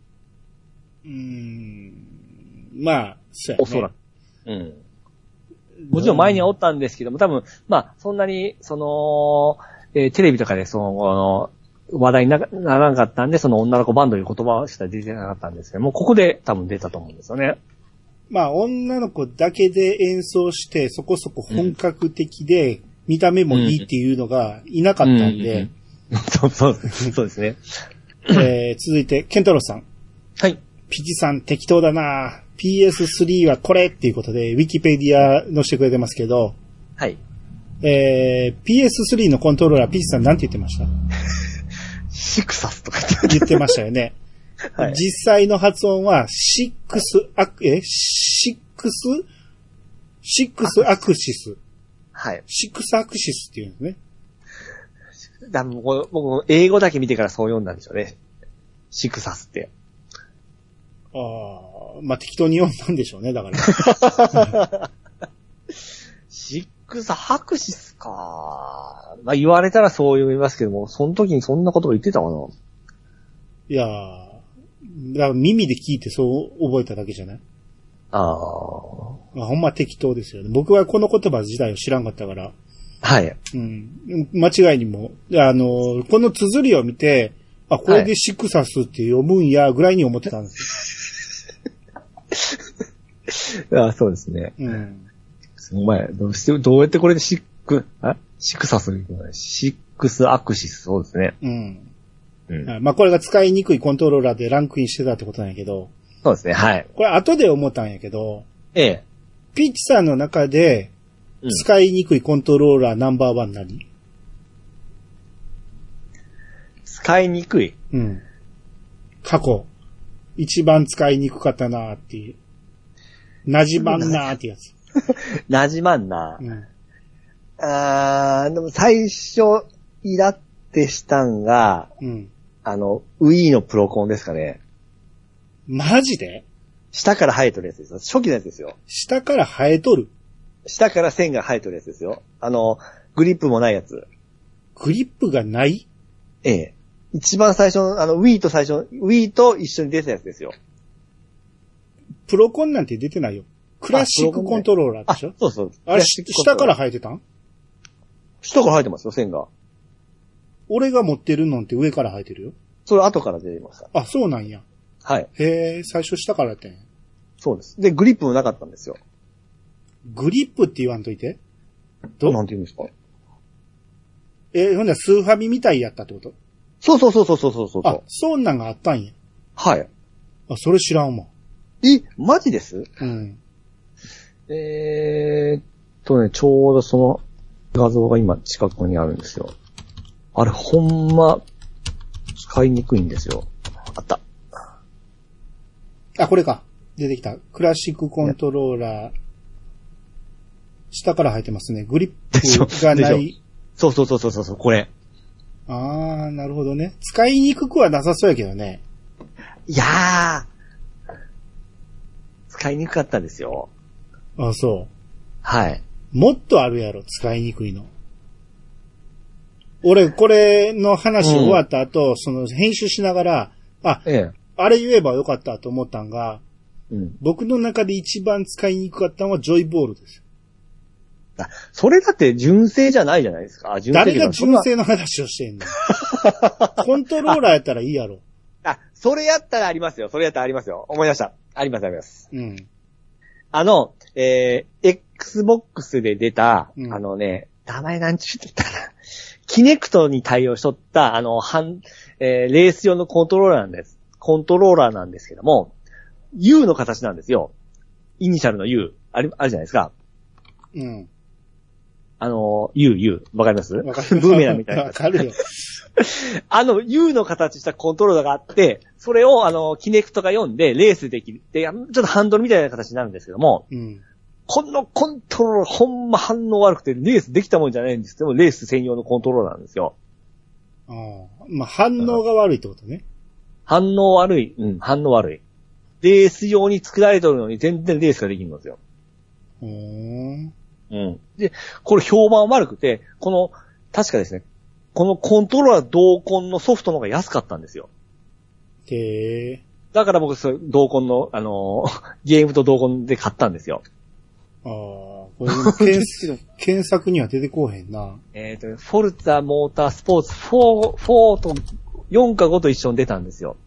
まあ、そうやね。 おそらく。うん。もちろん前にはおったんですけども、多分、まあ、そんなに、テレビとかで話題にならなかったんで、その女の子バンドいう言葉しか出てなかったんですけども、ここで多分出たと思うんですよね。 まあ、女の子だけで演奏して、そこそこ本格的で、見た目もいいっていうのがいなかったんで。 そうですね。 続いて、ケンタロウさん。 はい。 ピチさん適当だな PS3 はこれっていうことで、ウィキペディア載せてくれてますけど、 はい。 PS3 のコントローラー、ピーチさんなんて言ってました？ シクサスとか言ってましたよね。はい、実際の発音は、シックスアクシス。 はい。 シックスアクシスっていうんですね。 僕、英語だけ見てからそう読んだんでしょうね。シクサスって。 ああ、まあ、適当に読んだんでしょうね、だから。 シックスアクシスか。まあ、言われたらそう読みますけども、その時にそんなことを言ってたかな。 いやー、だから耳で聞いてそう覚えただけじゃない？ ああ。 まあ、ほんま適当ですよね。僕はこの言葉自体を知らんかったから。 はい。 うん。間違いにも、この綴りを見て、あ、これでシクサスって読むんや、ぐらいに思ってたんですよ。あ、そうですね。 うん。 お前、どうやってこれでシクサスシックスアクシス、そうですね。 うん。うん、まあ、これが使いにくいコントローラーでランクインしてたってことなんやけど。 そうですね、はい。 これ後で思ったんやけど。 ええ。 ピッチさんの中で、使いにくいコントローラーナンバー1何？ 使いにくい？ うん。過去。一番使いにくかったなーっていう。馴染まんなーってやつ。 馴染まんな。 うん。 でも最初、イラってしたんが、 うん。 Wii のプロコンですかね。 マジで？ 下から生えとるやつですよ。初期のやつですよ。 下から生えとる？ 下から線が生えとるやつですよ。グリップもないやつ。 グリップがない？ ええ。一番最初の、Wii と一緒に出たやつですよ。 プロコンなんて出てないよ。クラシックコントローラーでしょ？ そうそう。 あれ、下から生えてたん？ 下から生えてますよ、線が。 俺が持ってるのって上から生えてるよ。 それ後から出てました。 あ、そうなんや。 はい。 へえ、最初下からやったんや。 そうです。で、グリップもなかったんですよ。 グリップって言わんといて。 なんて言うんですか？ ほんならスーファミみたいやったってこと？ そう。 あ、そんなんがあったんや。 はい。 あ、それ知らんわ。 マジです？ うん。 ちょうどその画像が今近くにあるんですよ。あれ、ほんま、使いにくいんですよ。あった。 あ、これか。出てきた。クラシックコントローラー。下から生えてますね。グリップがない。 そう、これ。 あー、なるほどね。使いにくくはなさそうやけどね。 いやー。使いにくかったですよ。 あ、そう。 はい。 もっとあるやろ、使いにくいの。俺、これの話終わった後、その編集しながら、あれ言えばよかったと思ったんが、僕の中で一番使いにくかったのはジョイボールです。 それだって純正じゃないじゃないですか。 誰が純正の話をしてんの？コントローラーやったらいいやろ。 それやったらありますよ。思い出した。あります。 うん。 Xbox で出た、名前なんちゅうって言ったかな。キネクトに対応しとった、レース用のコントローラーなんですけども、U の形なんですよ。イニシャルの U。あるじゃないですか。 うん。 U。わかります？ わかる。 ブーメランみたいな。 わかるよ。 U の形したコントローラーがあって、それをキネクトが読んで、レースできる。で、ちょっとハンドルみたいな形になるんですけども、このコントローラーほんま反応悪くて、レースできたもんじゃないんですけども、レース専用のコントローラーなんですよ。 まあ、反応が悪いってことね。 反応悪い。レース用に作られてるのに全然レースができるんですよ。で、これ評判悪くて、確かですね、このコントローラー同梱のソフトの方が安かったんですよ。だから僕、同梱の、ゲームと同梱で買ったんですよ。 これ検索には出てこうへんな。 フォルツァモータースポーツ4と4か5と一緒に出たんですよ。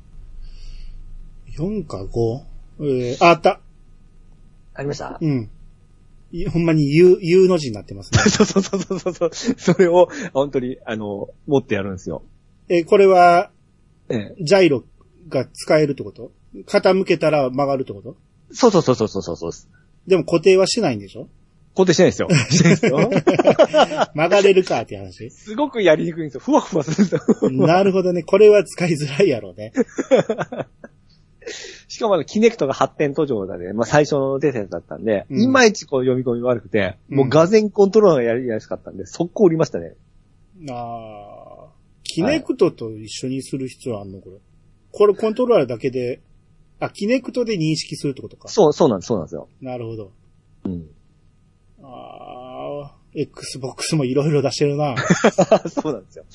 4か 5？ あった。 ありました？ うん。ほんまに U の字になってますね。 そう。それを、本当に、持ってやるんですよ。 これは、ジャイロが使えるってこと？傾けたら曲がるってこと？ そうそうそうそうそうそう。 でも固定はしないんでしょ？ 固定してないですよ。してないですよ。 曲がれるかって話。 すごくやりにくいんですよ。ふわふわするんですよ。 なるほどね。これは使いづらいやろうね。 しかもキネクトが発展途上だね。まあ最初の出たやつだったんで、いまいちこう読み込み悪くて、もう画面コントローラーがやりやすかったんで、速攻売りましたね。 ああ。キネクトと一緒にする必要あんのこれ。これコントローラーだけで、キネクトで認識するってことか。 そうなんですよ。 なるほど。 うん。 Xbox もいろいろ出してるな。 そうなんですよ。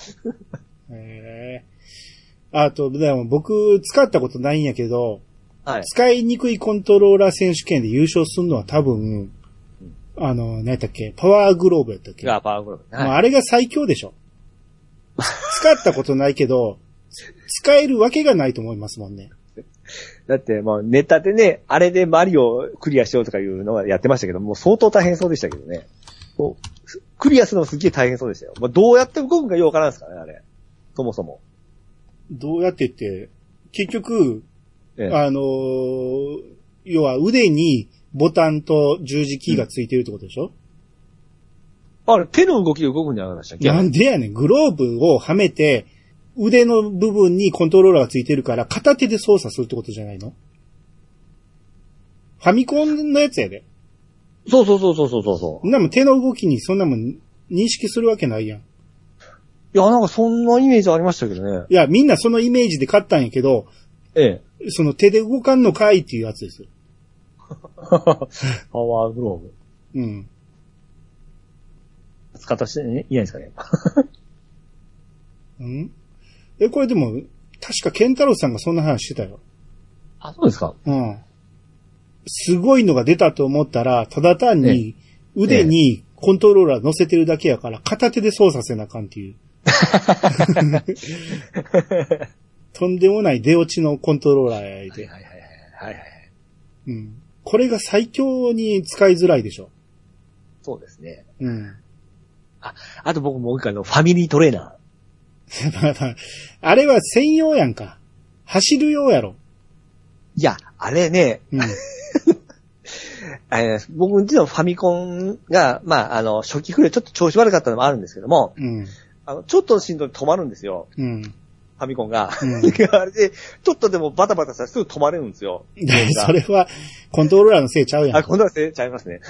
あと、でも僕使ったことないんやけど、 はい。 使いにくいコントローラー選手権で優勝するのは多分、何やったっけパワーグローブやったっけ？ パワーグローブ。 はい、あれが最強でしょ。使ったことないけど、使えるわけがないと思いますもんね。 だってもうネタでね、あれでマリオクリアしようとかいうのがやってましたけど、もう相当大変そうでしたけどね。クリアするのもすげえ大変そうでしたよ。まあ、どうやって動くんかようわからんですかね、あれ。そもそも。 どうやってって、結局、要は腕にボタンと十字キーがついてるってことでしょ？ あれ、手の動きで動くんじゃなかったっけ？ なんでやねん。グローブをはめて、腕の部分にコントローラーがついてるから、片手で操作するってことじゃないの？ファミコンのやつやで。 そう。 そんなもん手の動きにそんなもん認識するわけないやん。いや、なんかそんなイメージありましたけどね。 いや、みんなそのイメージで買ったんやけど、その手で動かんのかいっていうやつですよ。 パワーグローブ。うん。使ったしてね、いないですかね。 これでも、確かケンタロウさんがそんな話してたよ。 あ、そうですか？ うん。すごいのが出たと思ったら、ただ単に腕にコントローラー乗せてるだけやから、片手で操作せなあかんっていう。とんでもない出落ちのコントローラーやいて。はい。うん。これが最強に使いづらいでしょ。 そうですね。 うん。 あと僕もう一回ファミリートレーナー。あれは専用やんか。走る用やろ。 いや、あれね、僕んちのファミコンが、初期不良ちょっと調子悪かったのもあるんですけども、ちょっとの振動で止まるんですよ。ファミコンが。あれで、ちょっとでもバタバタしたらすぐ止まれるんですよ。 それは、コントローラーのせいちゃうやん。 コントローラーのせいちゃいますね。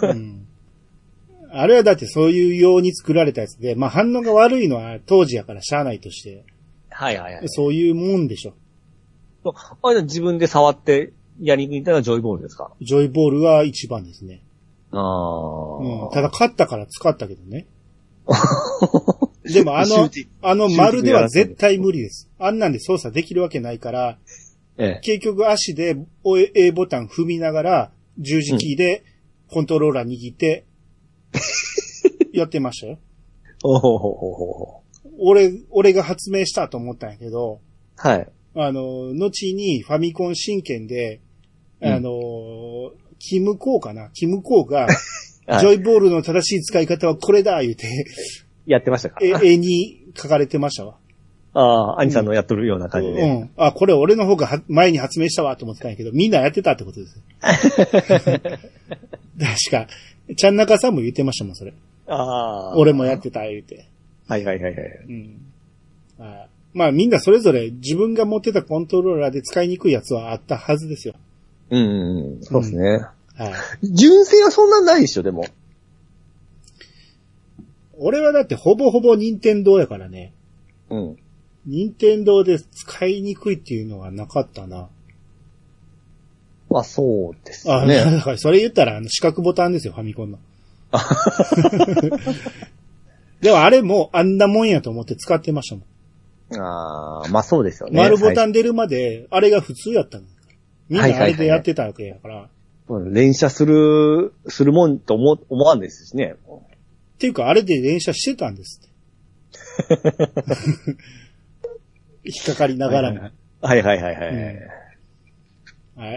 あれはだってそういう用に作られたやつで、反応が悪いのは当時やからしゃあないとして。 はい。 そういうもんでしょ。 自分で触ってやり抜いたらジョイボールですか？ ジョイボールが一番ですね。ただ勝ったから使ったけどね。でも丸では絶対無理です。あんなんで操作できるわけないから、結局足で A ボタン踏みながら十字キーでコントローラー握ってやってましたよ。俺が発明したと思ったんやけど、 はい。 後にファミコン新券で、キムコーが、ジョイボールの正しい使い方はこれだ言うて、 やってましたか？ 絵に書かれてましたわ。 兄さんのやっとるような感じで。 これ俺の方が前に発明したわと思ってたんやけど、みんなやってたってことです。確か、ちゃんなかさんも言ってましたもん、それ。俺もやってた言うて。 はい。 みんなそれぞれ自分が持ってたコントローラーで使いにくいやつはあったはずですよ。 そうですね。純正はそんなんないでしょ、でも。 俺はだってほぼほぼ任天堂やからね。任天堂で使いにくいっていうのはなかったな。 そうですね。 だからそれ言ったら四角ボタンですよ、ファミコンの。でもあれもあんなもんやと思って使ってましたもん。 そうですよね。 丸ボタン出るまで、あれが普通やったの。みんなあれでやってたわけやから。 連射するもんと思わんですしね。 っていうか、あれで連射してたんですって。引っかかりながらも。 はい。 はい。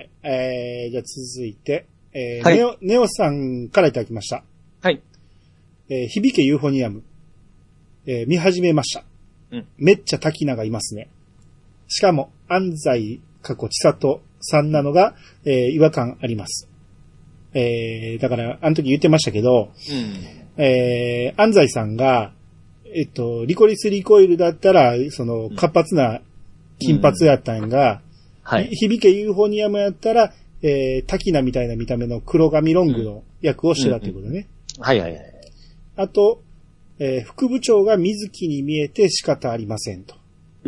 じゃあ続いて、ネオさんからいただきました。 はい。 響けユーフォニアム。見始めました。めっちゃ滝名がいますね。しかも、安西、千里、 3なのが、違和感あります。だから、あの時言ってましたけど、安西さんが、リコリスリコイルだったら、その、活発な金髪やったんが、 はい。 響けユーフォニアムやったら、タキナみたいな見た目の黒髪ロングの役をしてたっていうことね。 はいはいはい。 あと、副部長が水木に見えて仕方ありませんと。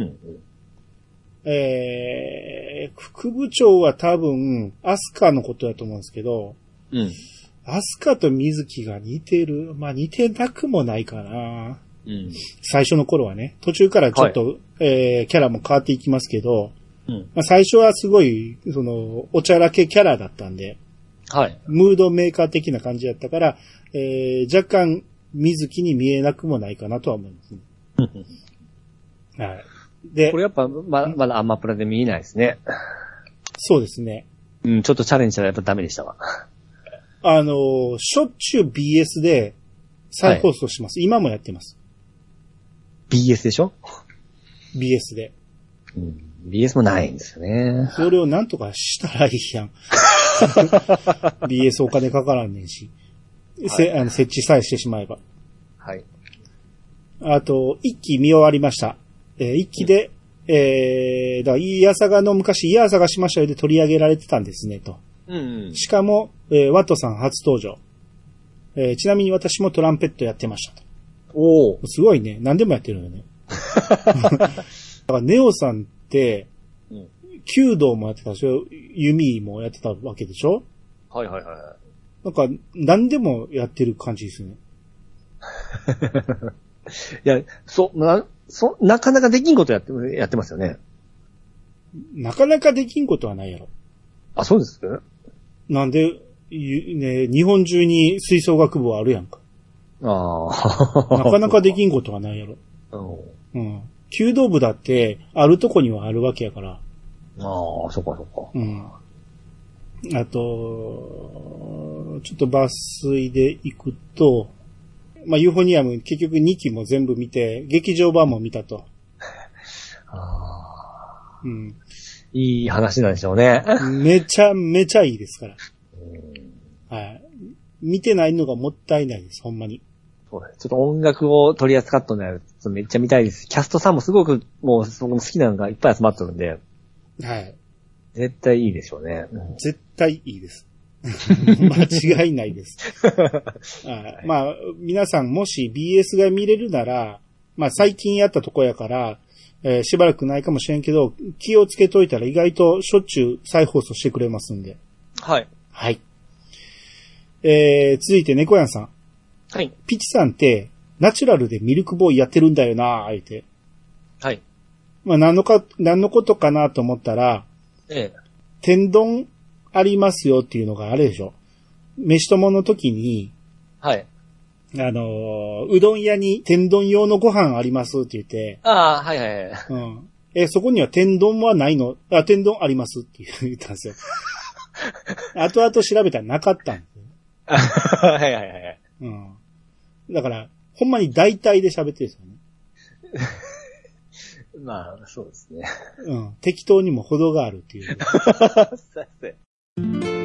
副部長は多分、アスカのことだと思うんですけど、アスカと水木が似てる。まあ似てなくもないかな。最初の頃はね。途中からちょっと、キャラも変わっていきますけど、まあ、最初はすごい、その、おちゃらけキャラだったんで、 はい。 ムードメーカー的な感じだったから、若干、水木に見えなくもないかなとは思うんですね。はい。で、 これやっぱ、まだアマプラで見えないですね。 そうですね。 ちょっとチャレンジしたらやっぱダメでしたわ。 しょっちゅう BS で再放送します。今もやってます。 BS でしょ？ BS で。 BS もないんですよね。 それをなんとかしたらいいやん。BS お金かからんねんし。設置さえしてしまえば。 はい。 あと、一期見終わりました。一期で、だから、イヤサガの昔、イヤサガしましたよで取り上げられてたんですね、と。しかも、ワットさん初登場。ちなみに私もトランペットやってましたと。 おー。 すごいね。何でもやってるよね。だからネオさんって、弓道もやってたでしょ、弓もやってたわけでしょ。 はい。 なんか、何でもやってる感じですね。 いや、なかなかできんことやってますよね。 なかなかできんことはないやろ。 あ、そうですか？ なんで、ね、日本中に吹奏楽部はあるやんか。 ああ。 なかなかできんことはないやろ。弓道部だって、あるとこにはあるわけやから。 ああ、そっか。 あと、ちょっと抜粋でいくと、まあ、ユーフォニアム結局2期も全部見て、劇場版も見たと。 いい話なんでしょうね。 めちゃめちゃいいですから。はい。見てないのがもったいないです、ほんまに。 そうね。ちょっと音楽を取り扱っとんのやつめっちゃ見たいです。キャストさんもすごくもう好きなのがいっぱい集まっとるんで。 はい。 絶対いいでしょうね。 絶対いいです。間違いないです。まあ、皆さんもし BS が見れるなら、まあ最近やったとこやから、しばらくないかもしれんけど、気をつけといたら意外としょっちゅう再放送してくれますんで。 はい。 はい。続いて猫やんさん。 はい。 ピチさんって、ナチュラルでミルクボーイやってるんだよなぁ、言うて。 はい。 まあ何のことかなと思ったら、天丼ありますよっていうのがあれでしょ。飯ともの時に、 はい。 うどん屋に天丼用のご飯ありますって言って。 ああ、はい。 そこには天丼はないの？天丼ありますって言ったんですよ。後々調べたらなかったんですよ。 はい。 だから、ほんまに大体で喋ってるんですよね。 まあ、そうですね。 適当にも程があるっていう。